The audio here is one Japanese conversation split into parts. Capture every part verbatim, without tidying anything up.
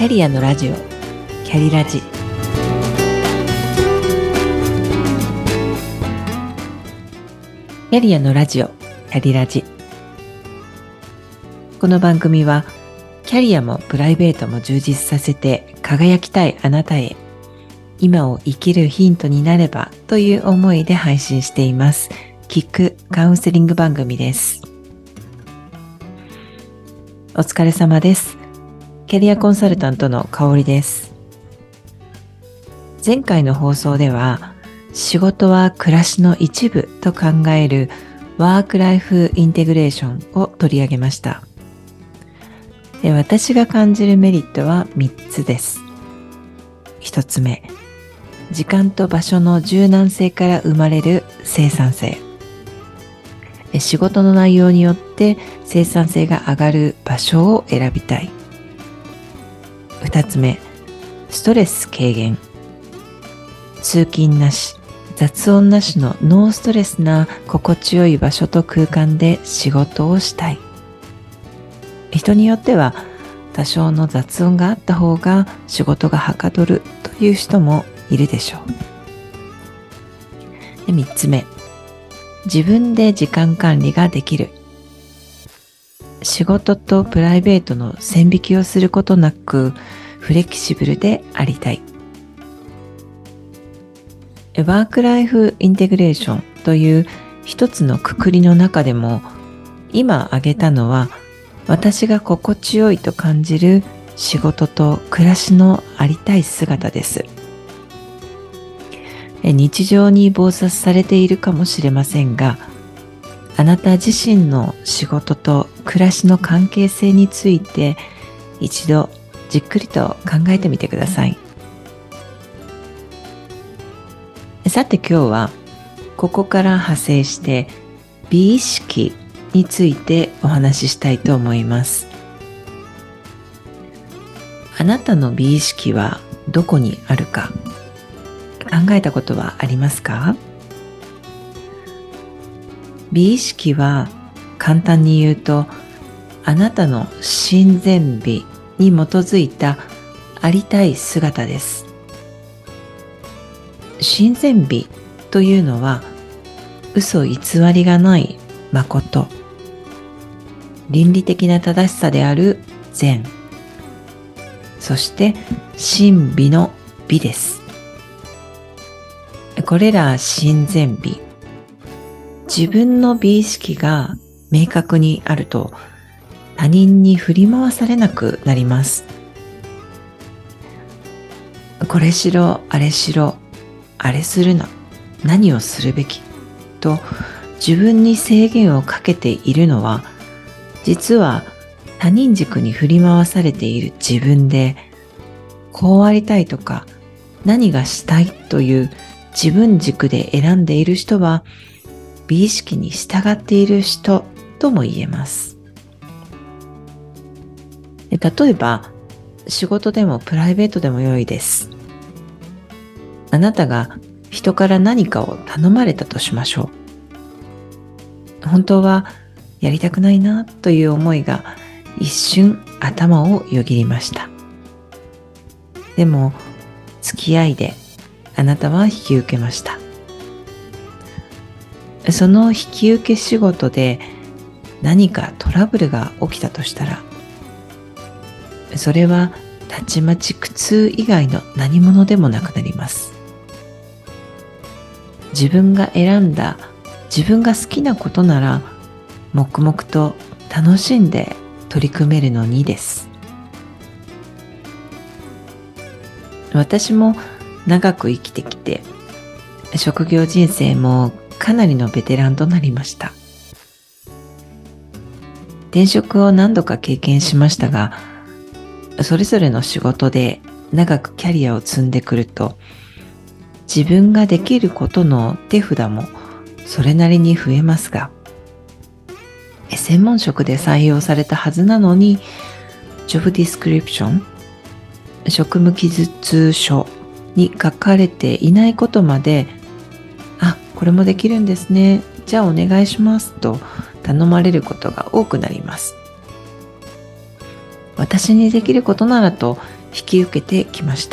キャリアのラジオ、キャリラジ。キャリアのラジオ、キャリラジ。この番組はキャリアもプライベートも充実させて輝きたいあなたへ、今を生きるヒントになればという思いで配信しています。聞くカウンセリング番組です。お疲れ様です。キャリアコンサルタントの香織です。前回の放送では、仕事は暮らしの一部と考えるワークライフインテグレーションを取り上げました。で、私が感じるメリットはみっつです。ひとつめ、時間と場所の柔軟性から生まれる生産性。仕事の内容によって生産性が上がる場所を選びたい。ふたつめ、ストレス軽減。通勤なし、雑音なしのノーストレスな心地よい場所と空間で仕事をしたい。人によっては多少の雑音があった方が仕事がはかどるという人もいるでしょう。で、みっつめ、自分で時間管理ができる。仕事とプライベートの線引きをすることなくフレキシブルでありたい。ワークライフインテグレーションという一つの括りの中でも、今挙げたのは私が心地よいと感じる仕事と暮らしのありたい姿です。日常に忙殺されているかもしれませんが、あなた自身の仕事と暮らしの関係性について一度じっくりと考えてみてください。さて今日はここから派生して美意識についてお話ししたいと思います。あなたの美意識はどこにあるか考えたことはありますか？美意識は簡単に言うと、あなたの真善美に基づいたありたい姿です。真善美というのは嘘偽りがない誠、倫理的な正しさである善、そして真美の美です。これら真善美、自分の美意識が明確にあると他人に振り回されなくなります。これしろ、あれしろ、あれするな、何をするべきと自分に制限をかけているのは、実は他人軸に振り回されている自分で、こうありたいとか何がしたいという自分軸で選んでいる人は美意識に従っている人とも言えます。例えば仕事でもプライベートでも良いです。あなたが人から何かを頼まれたとしましょう。本当はやりたくないなという思いが一瞬頭をよぎりました。でも付き合いであなたは引き受けました。その引き受け仕事で何かトラブルが起きたとしたら、それはたちまち苦痛以外の何者でもなくなります。自分が選んだ自分が好きなことなら黙々と楽しんで取り組めるのにです。私も長く生きてきて、職業人生もかなりのベテランとなりました。転職を何度か経験しましたが、それぞれの仕事で長くキャリアを積んでくると、自分ができることの手札もそれなりに増えますが、専門職で採用されたはずなのに、ジョブディスクリプション、職務記述書に書かれていないことまで、あ、これもできるんですね、じゃあお願いしますと頼まれることが多くなります。私にできることならと引き受けてきました。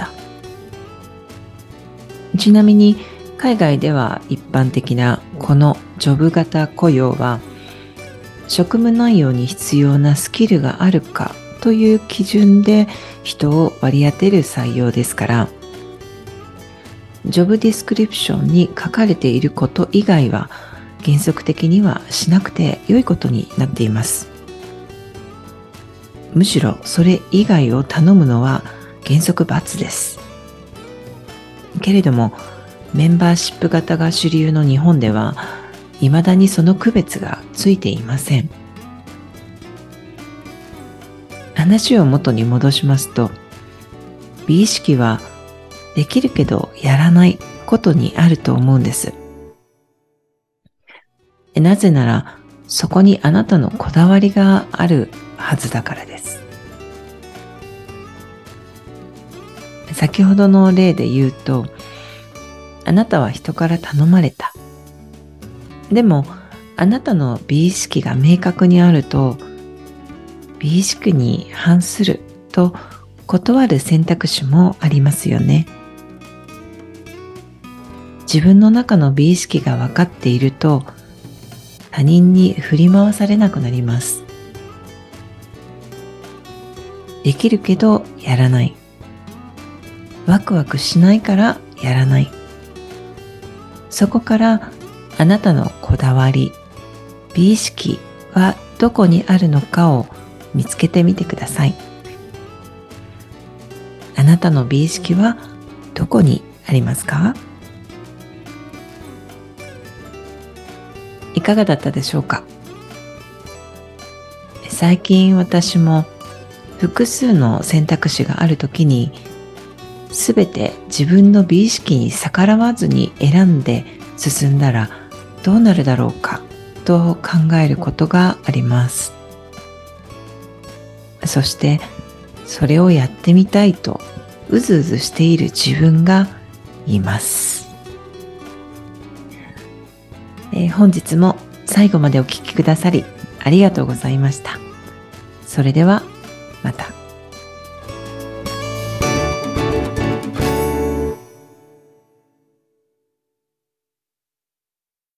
ちなみに海外では一般的なこのジョブ型雇用は、職務内容に必要なスキルがあるかという基準で人を割り当てる採用ですから、ジョブディスクリプションに書かれていること以外は原則的にはしなくて良いことになっています。むしろそれ以外を頼むのは原則×です。けれどもメンバーシップ型が主流の日本では未だにその区別がついていません。話を元に戻しますと、美意識はできるけどやらないことにあると思うんです。なぜならそこにあなたのこだわりがあるはずだからです。先ほどの例で言うと、あなたは人から頼まれた。でもあなたの美意識が明確にあると、美意識に反すると断る選択肢もありますよね。自分の中の美意識が分かっていると、他人に振り回されなくなります。できるけどやらない。ワクワクしないからやらない。そこからあなたのこだわり、美意識はどこにあるのかを見つけてみてください。あなたの美意識はどこにありますか？いかがだったでしょうか？最近私も複数の選択肢があるときに、すべて自分の美意識に逆らわずに選んで進んだらどうなるだろうかと考えることがあります。そしてそれをやってみたいとうずうずしている自分がいます。えー、本日も最後までお聞きくださりありがとうございました。それではまた。